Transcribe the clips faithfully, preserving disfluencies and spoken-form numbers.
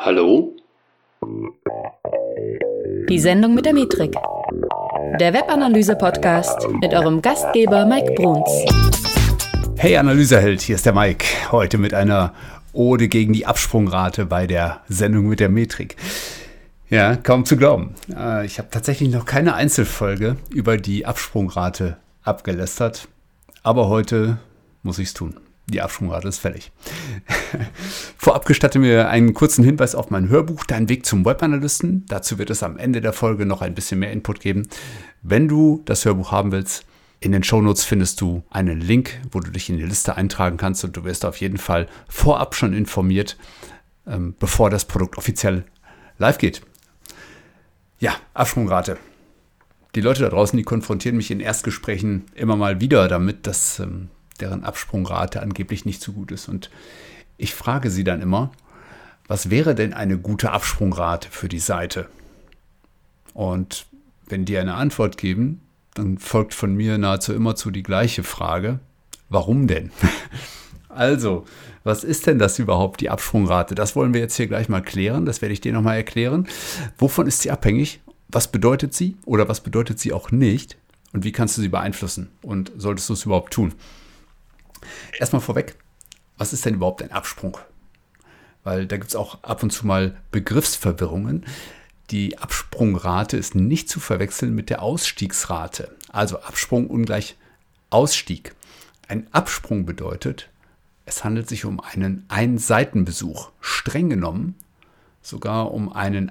Hallo? Die Sendung mit der Metrik. Der Webanalyse-Podcast mit eurem Gastgeber Mike Bruns. Hey Analyseheld, hier ist der Mike. Heute mit einer Ode gegen die Absprungrate bei der Sendung mit der Metrik. Ja, kaum zu glauben. Ich habe tatsächlich noch keine Einzelfolge über die Absprungrate abgelästert. Aber heute muss ich es tun. Die Absprungrate ist fällig. Vorab gestatte mir einen kurzen Hinweis auf mein Hörbuch Dein Weg zum Webanalysten. Dazu wird es am Ende der Folge noch ein bisschen mehr Input geben. Wenn du das Hörbuch haben willst, in den Shownotes findest du einen Link, wo du dich in die Liste eintragen kannst und du wirst auf jeden Fall vorab schon informiert, ähm, bevor das Produkt offiziell live geht. Ja, Absprungrate. Die Leute da draußen, die konfrontieren mich in Erstgesprächen immer mal wieder damit, dass ähm, deren Absprungrate angeblich nicht so gut ist. Und ich frage sie dann immer, was wäre denn eine gute Absprungrate für die Seite? Und wenn die eine Antwort geben, dann folgt von mir nahezu immerzu die gleiche Frage. Warum denn? Also, was ist denn das überhaupt, die Absprungrate? Das wollen wir jetzt hier gleich mal klären. Das werde ich dir nochmal erklären. Wovon ist sie abhängig? Was bedeutet sie oder was bedeutet sie auch nicht? Und wie kannst du sie beeinflussen? Und solltest du es überhaupt tun? Erstmal vorweg, was ist denn überhaupt ein Absprung? Weil da gibt es auch ab und zu mal Begriffsverwirrungen. Die Absprungrate ist nicht zu verwechseln mit der Ausstiegsrate. Also Absprung ungleich Ausstieg. Ein Absprung bedeutet, es handelt sich um einen Ein-Seiten-Besuch. Streng genommen sogar um einen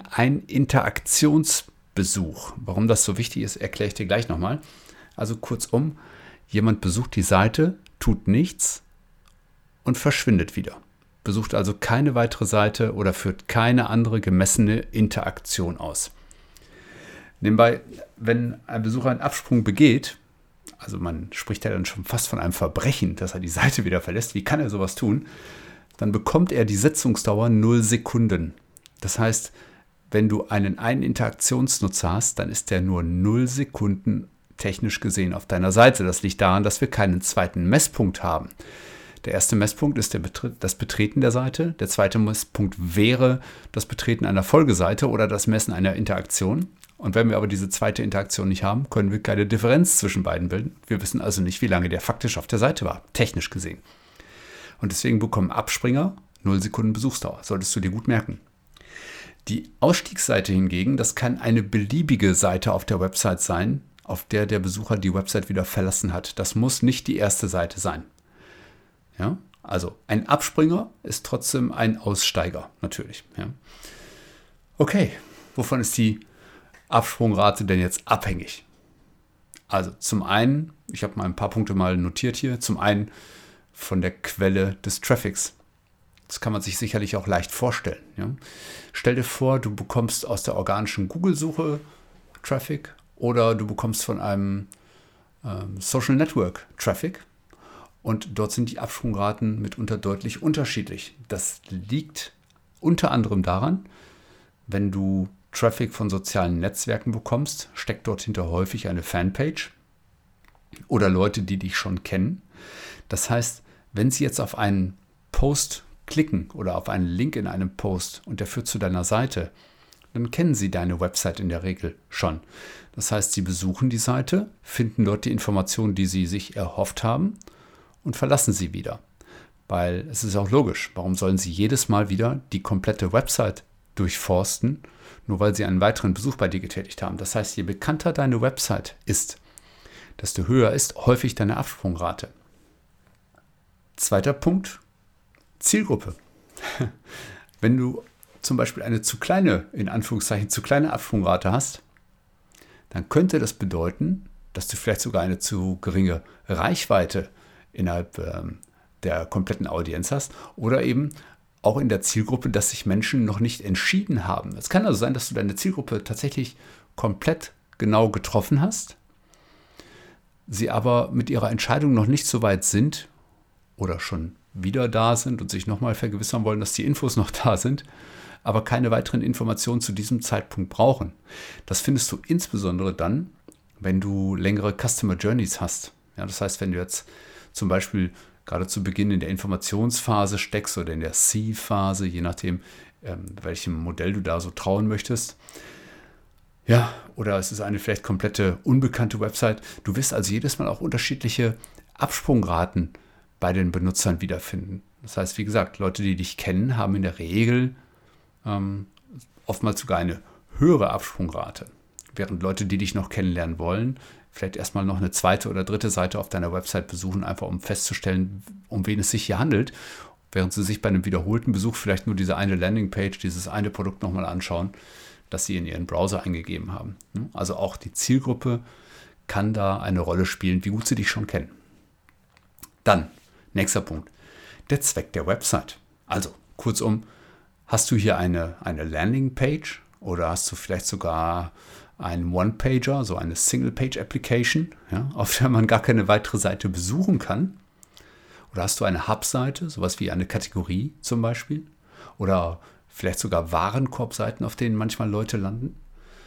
Ein-Interaktionsbesuch. Warum das so wichtig ist, erkläre ich dir gleich nochmal. Also kurzum, jemand besucht die Seite, tut nichts und verschwindet wieder. Besucht also keine weitere Seite oder führt keine andere gemessene Interaktion aus. Nebenbei, wenn ein Besucher einen Absprung begeht, also man spricht ja dann schon fast von einem Verbrechen, dass er die Seite wieder verlässt, wie kann er sowas tun? Dann bekommt er die Sitzungsdauer null Sekunden. Das heißt, wenn du einen Ein-Interaktionsnutzer hast, dann ist der nur null Sekunden technisch gesehen auf deiner Seite. Das liegt daran, dass wir keinen zweiten Messpunkt haben. Der erste Messpunkt ist der Betre- das Betreten der Seite. Der zweite Messpunkt wäre das Betreten einer Folgeseite oder das Messen einer Interaktion. Und wenn wir aber diese zweite Interaktion nicht haben, können wir keine Differenz zwischen beiden bilden. Wir wissen also nicht, wie lange der faktisch auf der Seite war, technisch gesehen. Und deswegen bekommen Abspringer null Sekunden Besuchsdauer. Solltest du dir gut merken. Die Ausstiegsseite hingegen, das kann eine beliebige Seite auf der Website sein, auf der der Besucher die Website wieder verlassen hat. Das muss nicht die erste Seite sein. Ja, also ein Abspringer ist trotzdem ein Aussteiger, natürlich. Ja. Okay, wovon ist die Absprungrate denn jetzt abhängig? Also zum einen, ich habe mal ein paar Punkte mal notiert hier, zum einen von der Quelle des Traffics. Das kann man sich sicherlich auch leicht vorstellen. Ja. Stell dir vor, du bekommst aus der organischen Google-Suche Traffic oder du bekommst von einem ähm, Social Network Traffic. Und dort sind die Absprungraten mitunter deutlich unterschiedlich. Das liegt unter anderem daran, wenn du Traffic von sozialen Netzwerken bekommst, steckt dort hinter häufig eine Fanpage oder Leute, die dich schon kennen. Das heißt, wenn sie jetzt auf einen Post klicken oder auf einen Link in einem Post und der führt zu deiner Seite, dann kennen sie deine Website in der Regel schon. Das heißt, sie besuchen die Seite, finden dort die Informationen, die sie sich erhofft haben, und verlassen sie wieder. Weil es ist auch logisch, warum sollen sie jedes Mal wieder die komplette Website durchforsten, nur weil sie einen weiteren Besuch bei dir getätigt haben. Das heißt, je bekannter deine Website ist, desto höher ist häufig deine Absprungrate. Zweiter Punkt, Zielgruppe. Wenn du zum Beispiel eine zu kleine, in Anführungszeichen zu kleine Absprungrate hast, dann könnte das bedeuten, dass du vielleicht sogar eine zu geringe Reichweite innerhalb ähm, der kompletten Audienz hast oder eben auch in der Zielgruppe, dass sich Menschen noch nicht entschieden haben. Es kann also sein, dass du deine Zielgruppe tatsächlich komplett genau getroffen hast, sie aber mit ihrer Entscheidung noch nicht so weit sind oder schon wieder da sind und sich nochmal vergewissern wollen, dass die Infos noch da sind, aber keine weiteren Informationen zu diesem Zeitpunkt brauchen. Das findest du insbesondere dann, wenn du längere Customer Journeys hast. Ja, das heißt, wenn du jetzt zum Beispiel gerade zu Beginn in der Informationsphase steckst oder in der C-Phase, je nachdem, ähm, welchem Modell du da so trauen möchtest. Ja, oder es ist eine vielleicht komplette unbekannte Website. Du wirst also jedes Mal auch unterschiedliche Absprungraten bei den Benutzern wiederfinden. Das heißt, wie gesagt, Leute, die dich kennen, haben in der Regel ähm, oftmals sogar eine höhere Absprungrate. Während Leute, die dich noch kennenlernen wollen, vielleicht erstmal noch eine zweite oder dritte Seite auf deiner Website besuchen, einfach um festzustellen, um wen es sich hier handelt, während sie sich bei einem wiederholten Besuch vielleicht nur diese eine Landingpage, dieses eine Produkt nochmal anschauen, das sie in ihren Browser eingegeben haben. Also auch die Zielgruppe kann da eine Rolle spielen, wie gut sie dich schon kennen. Dann, nächster Punkt, der Zweck der Website. Also, kurzum, hast du hier eine, eine Landingpage oder hast du vielleicht sogar einen One-Pager, so eine Single-Page-Application, ja, auf der man gar keine weitere Seite besuchen kann? Oder hast du eine Hub-Seite, sowas wie eine Kategorie zum Beispiel? Oder vielleicht sogar Warenkorbseiten, auf denen manchmal Leute landen?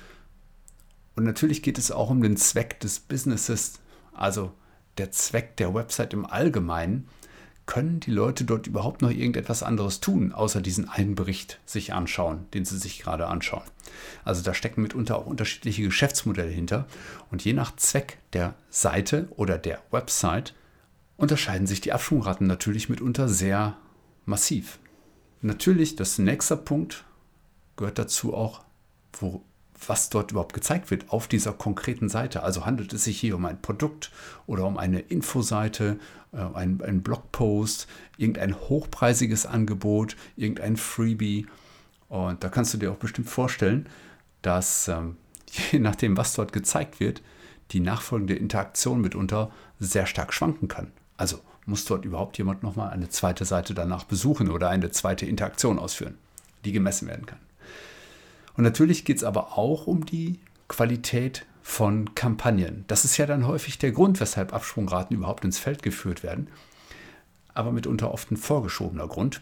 Und natürlich geht es auch um den Zweck des Businesses, also der Zweck der Website im Allgemeinen. Können die Leute dort überhaupt noch irgendetwas anderes tun, außer diesen einen Bericht sich anschauen, den sie sich gerade anschauen? Also da stecken mitunter auch unterschiedliche Geschäftsmodelle hinter. Und je nach Zweck der Seite oder der Website unterscheiden sich die Absprungraten natürlich mitunter sehr massiv. Natürlich, das nächste Punkt gehört dazu auch, wo, was dort überhaupt gezeigt wird auf dieser konkreten Seite. Also handelt es sich hier um ein Produkt oder um eine Infoseite, äh, ein, ein Blogpost, irgendein hochpreisiges Angebot, irgendein Freebie. Und da kannst du dir auch bestimmt vorstellen, dass ähm, je nachdem, was dort gezeigt wird, die nachfolgende Interaktion mitunter sehr stark schwanken kann. Also muss dort überhaupt jemand nochmal eine zweite Seite danach besuchen oder eine zweite Interaktion ausführen, die gemessen werden kann. Und natürlich geht es aber auch um die Qualität von Kampagnen. Das ist ja dann häufig der Grund, weshalb Absprungraten überhaupt ins Feld geführt werden, aber mitunter oft ein vorgeschobener Grund.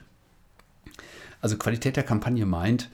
Also Qualität der Kampagne meint,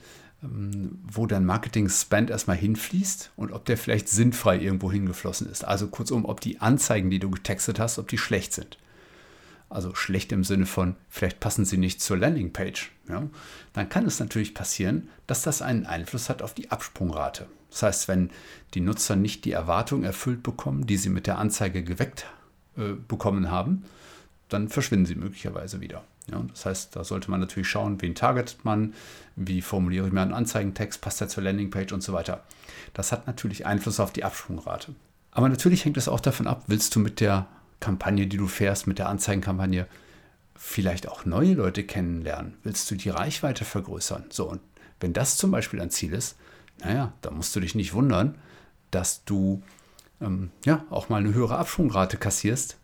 wo dein Marketing-Spend erstmal hinfließt und ob der vielleicht sinnfrei irgendwo hingeflossen ist. Also kurzum, ob die Anzeigen, die du getextet hast, ob die schlecht sind. Also schlecht im Sinne von, vielleicht passen sie nicht zur Landingpage. Ja? Dann kann es natürlich passieren, dass das einen Einfluss hat auf die Absprungrate. Das heißt, wenn die Nutzer nicht die Erwartung erfüllt bekommen, die sie mit der Anzeige geweckt äh, bekommen haben, dann verschwinden sie möglicherweise wieder. Ja? Das heißt, da sollte man natürlich schauen, wen targetet man, wie formuliere ich mir einen Anzeigentext, passt der zur Landingpage und so weiter. Das hat natürlich Einfluss auf die Absprungrate. Aber natürlich hängt es auch davon ab, willst du mit der Kampagne, die du fährst, mit der Anzeigenkampagne, vielleicht auch neue Leute kennenlernen? Willst du die Reichweite vergrößern? So, und wenn das zum Beispiel ein Ziel ist, naja, da musst du dich nicht wundern, dass du ähm, ja auch mal eine höhere Absprungrate kassierst.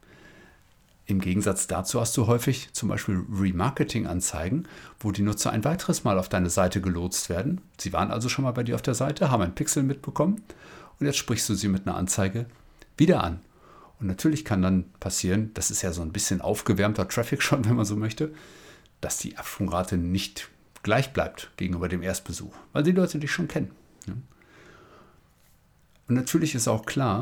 Im Gegensatz dazu hast du häufig zum Beispiel Remarketing-Anzeigen, wo die Nutzer ein weiteres Mal auf deine Seite gelotst werden. Sie waren also schon mal bei dir auf der Seite, haben ein Pixel mitbekommen und jetzt sprichst du sie mit einer Anzeige wieder an. Und natürlich kann dann passieren, das ist ja so ein bisschen aufgewärmter Traffic schon, wenn man so möchte, dass die Absprungrate nicht gleich bleibt gegenüber dem Erstbesuch, weil die Leute dich schon kennen. Und natürlich ist auch klar,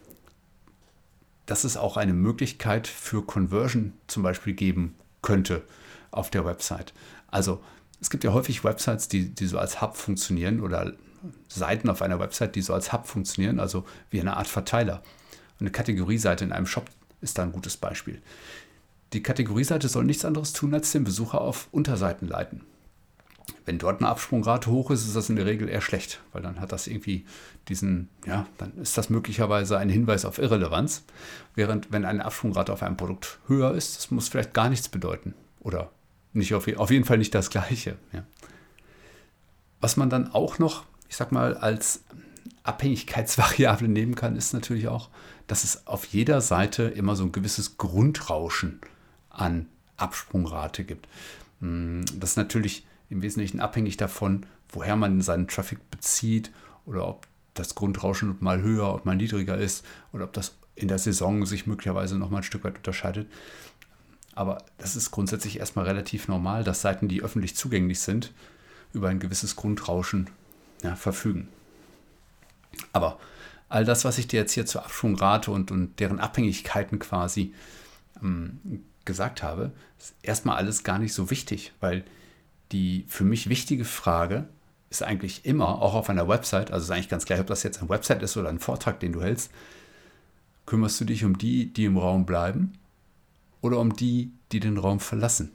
dass es auch eine Möglichkeit für Conversion zum Beispiel geben könnte auf der Website. Also es gibt ja häufig Websites, die, die so als Hub funktionieren oder Seiten auf einer Website, die so als Hub funktionieren, also wie eine Art Verteiler. Eine Kategorieseite in einem Shop ist da ein gutes Beispiel. Die Kategorieseite soll nichts anderes tun, als den Besucher auf Unterseiten leiten. Wenn dort eine Absprungrate hoch ist, ist das in der Regel eher schlecht, weil dann hat das irgendwie diesen, ja, dann ist das möglicherweise ein Hinweis auf Irrelevanz. Während wenn eine Absprungrate auf einem Produkt höher ist, das muss vielleicht gar nichts bedeuten. Oder nicht auf, auf jeden Fall nicht das Gleiche. Ja. Was man dann auch noch, ich sag mal, als Abhängigkeitsvariable nehmen kann, ist natürlich auch, dass es auf jeder Seite immer so ein gewisses Grundrauschen an Absprungrate gibt. Das ist natürlich im Wesentlichen abhängig davon, woher man seinen Traffic bezieht oder ob das Grundrauschen mal höher und mal niedriger ist oder ob das in der Saison sich möglicherweise noch mal ein Stück weit unterscheidet. Aber das ist grundsätzlich erstmal relativ normal, dass Seiten, die öffentlich zugänglich sind, über ein gewisses Grundrauschen ja, verfügen. Aber all das, was ich dir jetzt hier zur Absprungrate und, und deren Abhängigkeiten quasi ähm, gesagt habe, ist erstmal alles gar nicht so wichtig, weil die für mich wichtige Frage ist eigentlich immer, auch auf einer Website, also ist eigentlich ganz gleich, ob das jetzt eine Website ist oder ein Vortrag, den du hältst, kümmerst du dich um die, die im Raum bleiben oder um die, die den Raum verlassen?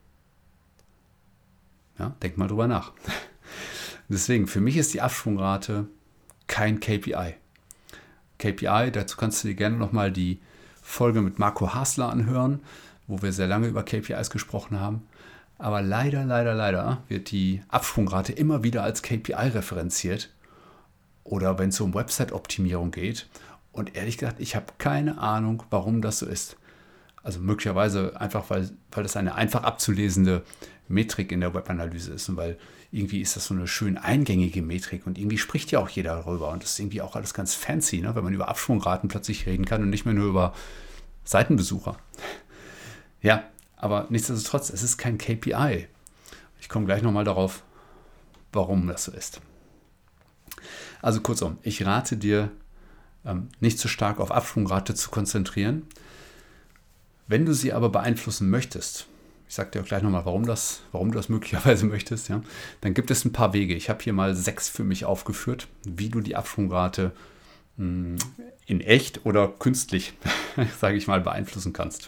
Ja, denk mal drüber nach. Deswegen, für mich ist die Absprungrate kein K P I. K P I, dazu kannst du dir gerne nochmal die Folge mit Marco Hasler anhören, wo wir sehr lange über K P Is gesprochen haben. Aber leider, leider, leider wird die Absprungrate immer wieder als K P I referenziert. Oder wenn es um Website-Optimierung geht. Und ehrlich gesagt, ich habe keine Ahnung, warum das so ist. Also möglicherweise einfach, weil, weil das eine einfach abzulesende Metrik in der Webanalyse ist. Und weil irgendwie ist das so eine schön eingängige Metrik. Und irgendwie spricht ja auch jeder darüber. Und das ist irgendwie auch alles ganz fancy, ne? Wenn man über Absprungraten plötzlich reden kann und nicht mehr nur über Seitenbesucher. Ja, aber nichtsdestotrotz, es ist kein K P I. Ich komme gleich nochmal darauf, warum das so ist. Also kurzum, ich rate dir, ähm, nicht zu stark auf Absprungrate zu konzentrieren. Wenn du sie aber beeinflussen möchtest, ich sage dir auch gleich nochmal, warum, das, warum du das möglicherweise möchtest, ja, dann gibt es ein paar Wege. Ich habe hier mal sechs für mich aufgeführt, wie du die Absprungrate mh, in echt oder künstlich, sage ich mal, beeinflussen kannst.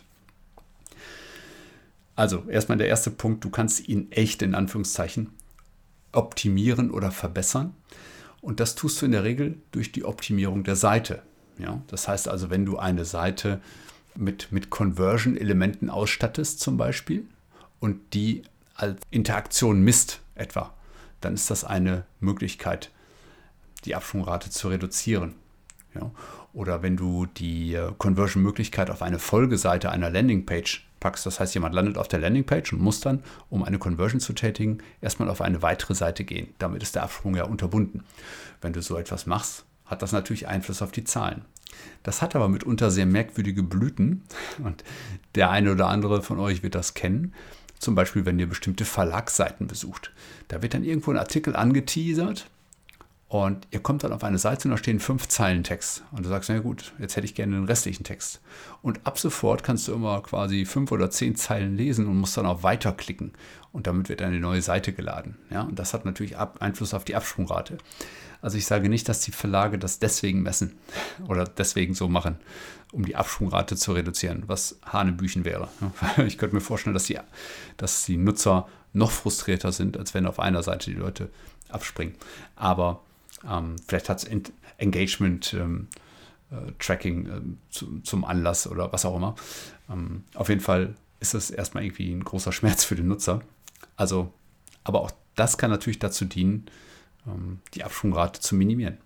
Also erstmal der erste Punkt, du kannst ihn echt in Anführungszeichen optimieren oder verbessern. Und das tust du in der Regel durch die Optimierung der Seite. Ja, das heißt also, wenn du eine Seite mit, mit Conversion-Elementen ausstattest zum Beispiel und die als Interaktion misst etwa, dann ist das eine Möglichkeit, die Absprungrate zu reduzieren. Ja, oder wenn du die Conversion-Möglichkeit auf eine Folgeseite einer Landingpage packst, das heißt, jemand landet auf der Landingpage und muss dann, um eine Conversion zu tätigen, erstmal auf eine weitere Seite gehen. Damit ist der Absprung ja unterbunden. Wenn du so etwas machst, hat das natürlich Einfluss auf die Zahlen. Das hat aber mitunter sehr merkwürdige Blüten und der eine oder andere von euch wird das kennen. Zum Beispiel, wenn ihr bestimmte Verlagsseiten besucht. Da wird dann irgendwo ein Artikel angeteasert und ihr kommt dann auf eine Seite und da stehen fünf Zeilen Text. Und du sagst, na gut, jetzt hätte ich gerne den restlichen Text. Und ab sofort kannst du immer quasi fünf oder zehn Zeilen lesen und musst dann auf Weiter klicken. Und damit wird eine neue Seite geladen. Ja, und das hat natürlich Einfluss auf die Absprungrate. Also ich sage nicht, dass die Verlage das deswegen messen oder deswegen so machen, um die Absprungrate zu reduzieren, was Hanebüchen wäre. Ich könnte mir vorstellen, dass die, dass die Nutzer noch frustrierter sind, als wenn auf einer Seite die Leute abspringen. Aber ähm, vielleicht hat es Engagement ähm, äh, Tracking ähm, zu, zum Anlass oder was auch immer. Ähm, auf jeden Fall ist das erstmal irgendwie ein großer Schmerz für den Nutzer. Also, aber auch das kann natürlich dazu dienen, die Absprungrate zu minimieren.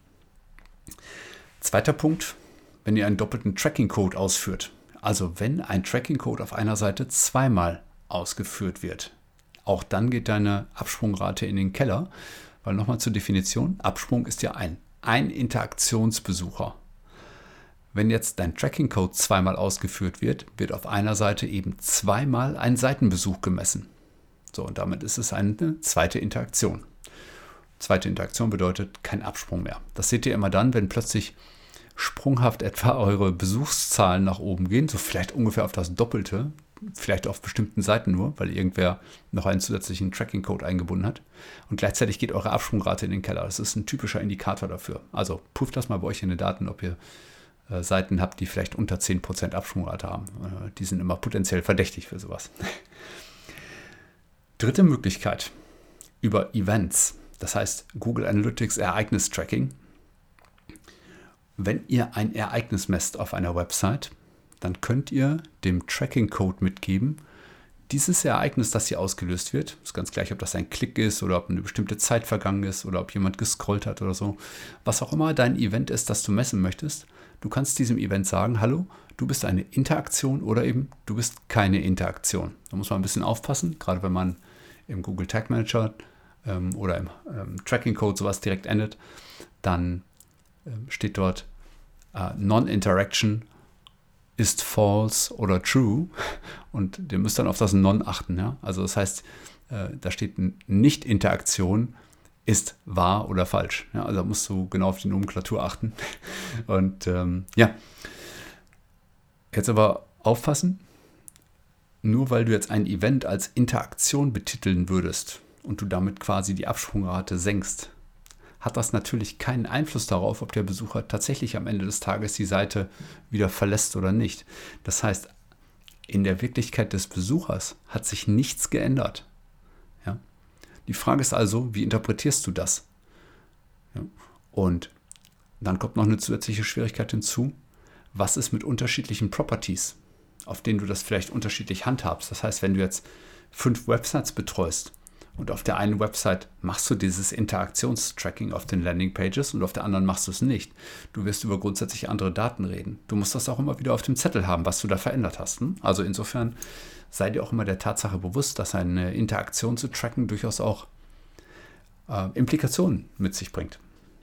Zweiter Punkt, wenn ihr einen doppelten Tracking-Code ausführt. Also wenn ein Tracking-Code auf einer Seite zweimal ausgeführt wird. Auch dann geht deine Absprungrate in den Keller, weil nochmal zur Definition, Absprung ist ja ein, ein Interaktionsbesucher. Wenn jetzt dein Tracking-Code zweimal ausgeführt wird, wird auf einer Seite eben zweimal ein Seitenbesuch gemessen. So, und damit ist es eine zweite Interaktion. Zweite Interaktion bedeutet kein Absprung mehr. Das seht ihr immer dann, wenn plötzlich sprunghaft etwa eure Besuchszahlen nach oben gehen, so vielleicht ungefähr auf das Doppelte, vielleicht auf bestimmten Seiten nur, weil irgendwer noch einen zusätzlichen Tracking-Code eingebunden hat. Und gleichzeitig geht eure Absprungrate in den Keller. Das ist ein typischer Indikator dafür. Also prüft das mal bei euch in den Daten, ob ihr äh, Seiten habt, die vielleicht unter zehn Prozent Absprungrate haben. Äh, die sind immer potenziell verdächtig für sowas. Dritte Möglichkeit, über Events. Das heißt Google Analytics Ereignis-Tracking. Wenn ihr ein Ereignis messt auf einer Website, dann könnt ihr dem Tracking-Code mitgeben, dieses Ereignis, das hier ausgelöst wird, ist ganz gleich, ob das ein Klick ist oder ob eine bestimmte Zeit vergangen ist oder ob jemand gescrollt hat oder so. Was auch immer dein Event ist, das du messen möchtest, du kannst diesem Event sagen, hallo, du bist eine Interaktion oder eben du bist keine Interaktion. Da muss man ein bisschen aufpassen, gerade wenn man im Google Tag Manager oder im ähm, Tracking-Code sowas direkt endet, dann ähm, steht dort äh, Non-Interaction ist false oder true und ihr müsst dann auf das Non achten. Ja? Also das heißt, äh, da steht Nicht-Interaktion ist wahr oder falsch. Ja? Also da musst du genau auf die Nomenklatur achten. Und ähm, ja, jetzt aber aufpassen, nur weil du jetzt ein Event als Interaktion betiteln würdest, und du damit quasi die Absprungrate senkst, hat das natürlich keinen Einfluss darauf, ob der Besucher tatsächlich am Ende des Tages die Seite wieder verlässt oder nicht. Das heißt, in der Wirklichkeit des Besuchers hat sich nichts geändert. Ja? Die Frage ist also, wie interpretierst du das? Ja? Und dann kommt noch eine zusätzliche Schwierigkeit hinzu. Was ist mit unterschiedlichen Properties, auf denen du das vielleicht unterschiedlich handhabst? Das heißt, wenn du jetzt fünf Websites betreust und auf der einen Website machst du dieses Interaktionstracking auf den Landingpages und auf der anderen machst du es nicht. Du wirst über grundsätzlich andere Daten reden. Du musst das auch immer wieder auf dem Zettel haben, was du da verändert hast. Also insofern sei dir auch immer der Tatsache bewusst, dass eine Interaktion zu tracken durchaus auch äh, Implikationen mit sich bringt.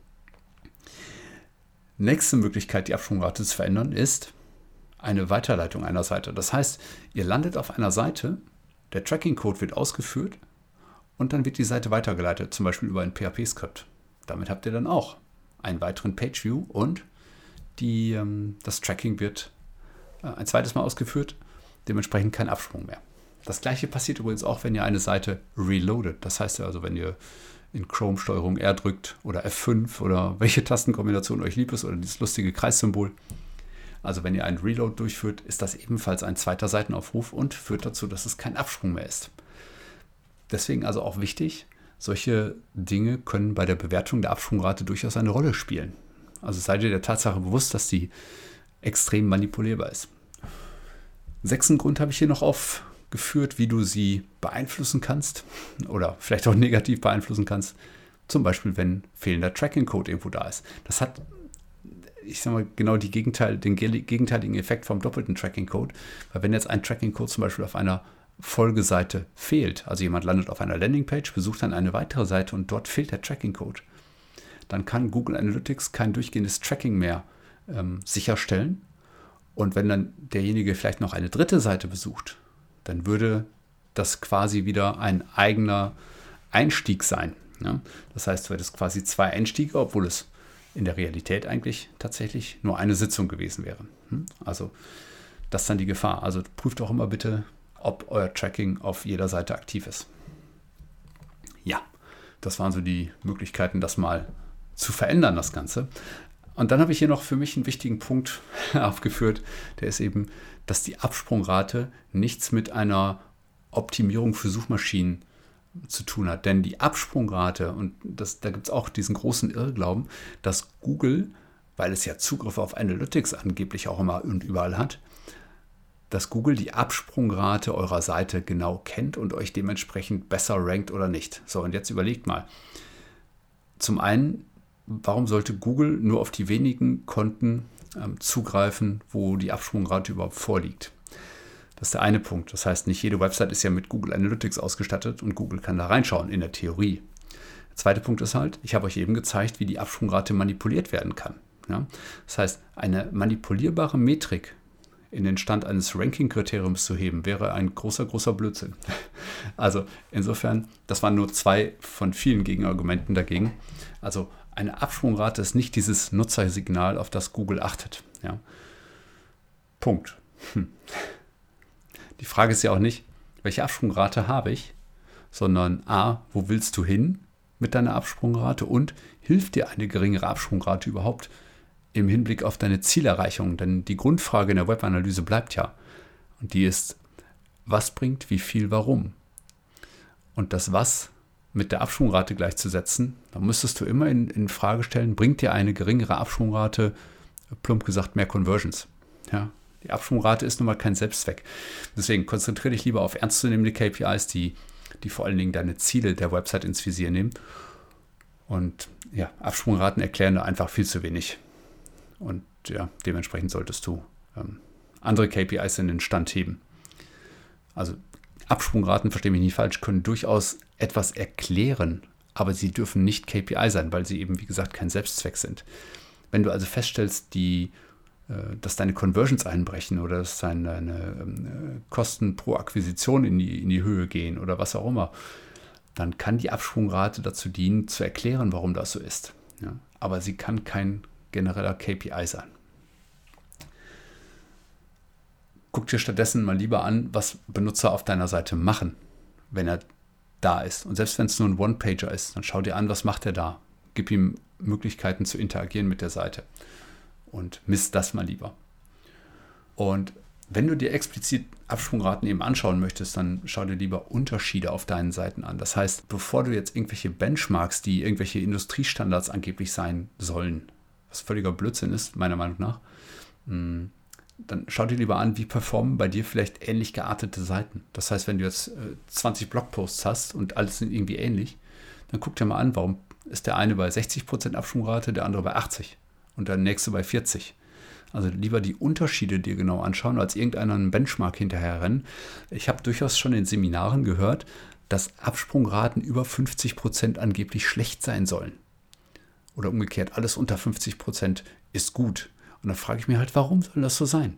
Nächste Möglichkeit, die Absprungrate zu verändern, ist eine Weiterleitung einer Seite. Das heißt, ihr landet auf einer Seite, der Tracking-Code wird ausgeführt und dann wird die Seite weitergeleitet, zum Beispiel über ein P H P-Skript. Damit habt ihr dann auch einen weiteren Page-View und die, ähm, das Tracking wird äh, ein zweites Mal ausgeführt, dementsprechend kein Absprung mehr. Das gleiche passiert übrigens auch, wenn ihr eine Seite reloadet. Das heißt also, wenn ihr in Chrome Steuerung R drückt oder F fünf oder welche Tastenkombination euch lieb ist oder dieses lustige Kreissymbol. Also wenn ihr einen Reload durchführt, ist das ebenfalls ein zweiter Seitenaufruf und führt dazu, dass es kein Absprung mehr ist. Deswegen also auch wichtig, solche Dinge können bei der Bewertung der Absprungrate durchaus eine Rolle spielen. Also seid ihr der Tatsache bewusst, dass die extrem manipulierbar ist. Sechsten Grund habe ich hier noch aufgeführt, wie du sie beeinflussen kannst oder vielleicht auch negativ beeinflussen kannst. Zum Beispiel, wenn fehlender Tracking-Code irgendwo da ist. Das hat, ich sage mal, genau die Gegenteil, den gegenteiligen Effekt vom doppelten Tracking-Code. Weil wenn jetzt ein Tracking-Code zum Beispiel auf einer Folgeseite fehlt, also jemand landet auf einer Landingpage, besucht dann eine weitere Seite und dort fehlt der Tracking-Code, dann kann Google Analytics kein durchgehendes Tracking mehr ähm, sicherstellen. Und wenn dann derjenige vielleicht noch eine dritte Seite besucht, dann würde das quasi wieder ein eigener Einstieg sein. Ja? Das heißt, du hättest quasi zwei Einstiege, obwohl es in der Realität eigentlich tatsächlich nur eine Sitzung gewesen wäre. Also das ist dann die Gefahr. Also prüft auch immer bitte, ob euer Tracking auf jeder Seite aktiv ist. Ja, das waren so die Möglichkeiten, das mal zu verändern, das Ganze. Und dann habe ich hier noch für mich einen wichtigen Punkt aufgeführt, der ist eben, dass die Absprungrate nichts mit einer Optimierung für Suchmaschinen zu tun hat. Denn die Absprungrate, und das, da gibt es auch diesen großen Irrglauben, dass Google, weil es ja Zugriff auf Analytics angeblich auch immer und überall hat, dass Google die Absprungrate eurer Seite genau kennt und euch dementsprechend besser rankt oder nicht. So, und jetzt überlegt mal. Zum einen, warum sollte Google nur auf die wenigen Konten ähm, zugreifen, wo die Absprungrate überhaupt vorliegt? Das ist der eine Punkt. Das heißt, nicht jede Website ist ja mit Google Analytics ausgestattet und Google kann da reinschauen, in der Theorie. Der zweite Punkt ist halt, ich habe euch eben gezeigt, wie die Absprungrate manipuliert werden kann. Ja? Das heißt, eine manipulierbare Metrik in den Stand eines Ranking-Kriteriums zu heben, wäre ein großer, großer Blödsinn. Also insofern, das waren nur zwei von vielen Gegenargumenten dagegen. Also eine Absprungrate ist nicht dieses Nutzersignal, auf das Google achtet. Ja? Punkt. Hm. Die Frage ist ja auch nicht, welche Absprungrate habe ich, sondern a, wo willst du hin mit deiner Absprungrate und hilft dir eine geringere Absprungrate überhaupt im Hinblick auf deine Zielerreichung? Denn die Grundfrage in der Webanalyse bleibt ja. Und die ist, was bringt wie viel warum? Und das Was mit der Absprungrate gleichzusetzen, da müsstest du immer in, in Frage stellen, bringt dir eine geringere Absprungrate, plump gesagt, mehr Conversions? Ja, die Absprungrate ist nun mal kein Selbstzweck. Deswegen konzentriere dich lieber auf ernstzunehmende K P Is, die, die vor allen Dingen deine Ziele der Website ins Visier nehmen. Und ja, Absprungraten erklären da einfach viel zu wenig. Und ja, dementsprechend solltest du ähm, andere K P Is in den Stand heben. Also Absprungraten, verstehe mich nicht falsch, können durchaus etwas erklären, aber sie dürfen nicht K P I sein, weil sie eben, wie gesagt, kein Selbstzweck sind. Wenn du also feststellst, die, äh, dass deine Conversions einbrechen oder dass deine, deine äh, Kosten pro Akquisition in die, in die Höhe gehen oder was auch immer, dann kann die Absprungrate dazu dienen, zu erklären, warum das so ist. Ja? Aber sie kann kein genereller K P I sein. Guck dir stattdessen mal lieber an, was Benutzer auf deiner Seite machen, wenn er da ist. Und selbst wenn es nur ein One-Pager ist, dann schau dir an, was macht er da. Gib ihm Möglichkeiten zu interagieren mit der Seite. Und misst das mal lieber. Und wenn du dir explizit Absprungraten eben anschauen möchtest, dann schau dir lieber Unterschiede auf deinen Seiten an. Das heißt, bevor du jetzt irgendwelche Benchmarks, die irgendwelche Industriestandards angeblich sein sollen, was völliger Blödsinn ist, meiner Meinung nach, dann schau dir lieber an, wie performen bei dir vielleicht ähnlich geartete Seiten. Das heißt, wenn du jetzt zwanzig Blogposts hast und alles sind irgendwie ähnlich, dann guck dir mal an, warum ist der eine bei sechzig Prozent Absprungrate, der andere bei achtzig und der nächste bei vierzig. Also lieber die Unterschiede dir genau anschauen, als irgendeiner einen Benchmark hinterher rennen. Ich habe durchaus schon in Seminaren gehört, dass Absprungraten über fünfzig Prozent angeblich schlecht sein sollen. Oder umgekehrt, alles unter fünfzig Prozent ist gut. Und dann frage ich mich halt, warum soll das so sein?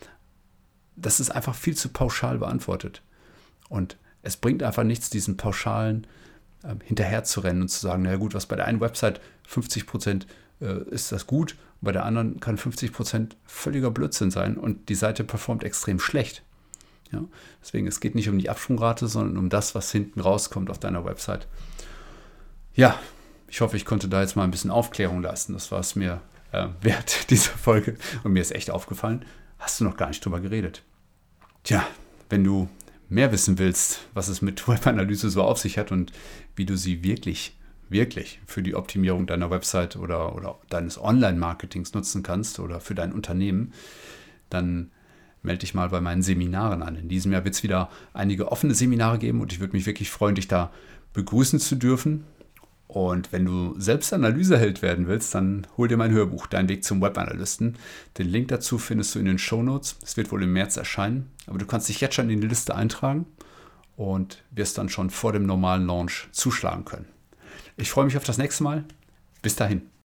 Das ist einfach viel zu pauschal beantwortet. Und es bringt einfach nichts, diesen pauschalen äh, hinterher zu rennen und zu sagen, na gut, was bei der einen Website fünfzig Prozent äh, ist das gut, bei der anderen kann fünfzig Prozent völliger Blödsinn sein und die Seite performt extrem schlecht. Ja? Deswegen, es geht nicht um die Absprungrate, sondern um das, was hinten rauskommt auf deiner Website. Ja, ich hoffe, ich konnte da jetzt mal ein bisschen Aufklärung leisten. Das war es mir äh, wert, diese Folge. Und mir ist echt aufgefallen, hast du noch gar nicht drüber geredet. Tja, wenn du mehr wissen willst, was es mit Webanalyse so auf sich hat und wie du sie wirklich wirklich für die Optimierung deiner Website oder, oder deines Online-Marketings nutzen kannst oder für dein Unternehmen, dann melde dich mal bei meinen Seminaren an. In diesem Jahr wird es wieder einige offene Seminare geben und ich würde mich wirklich freuen, dich da begrüßen zu dürfen. Und wenn du selbst Analyseheld werden willst, dann hol dir mein Hörbuch, Dein Weg zum Webanalysten. Den Link dazu findest du in den Shownotes. Es wird wohl im März erscheinen, aber du kannst dich jetzt schon in die Liste eintragen und wirst dann schon vor dem normalen Launch zuschlagen können. Ich freue mich auf das nächste Mal. Bis dahin.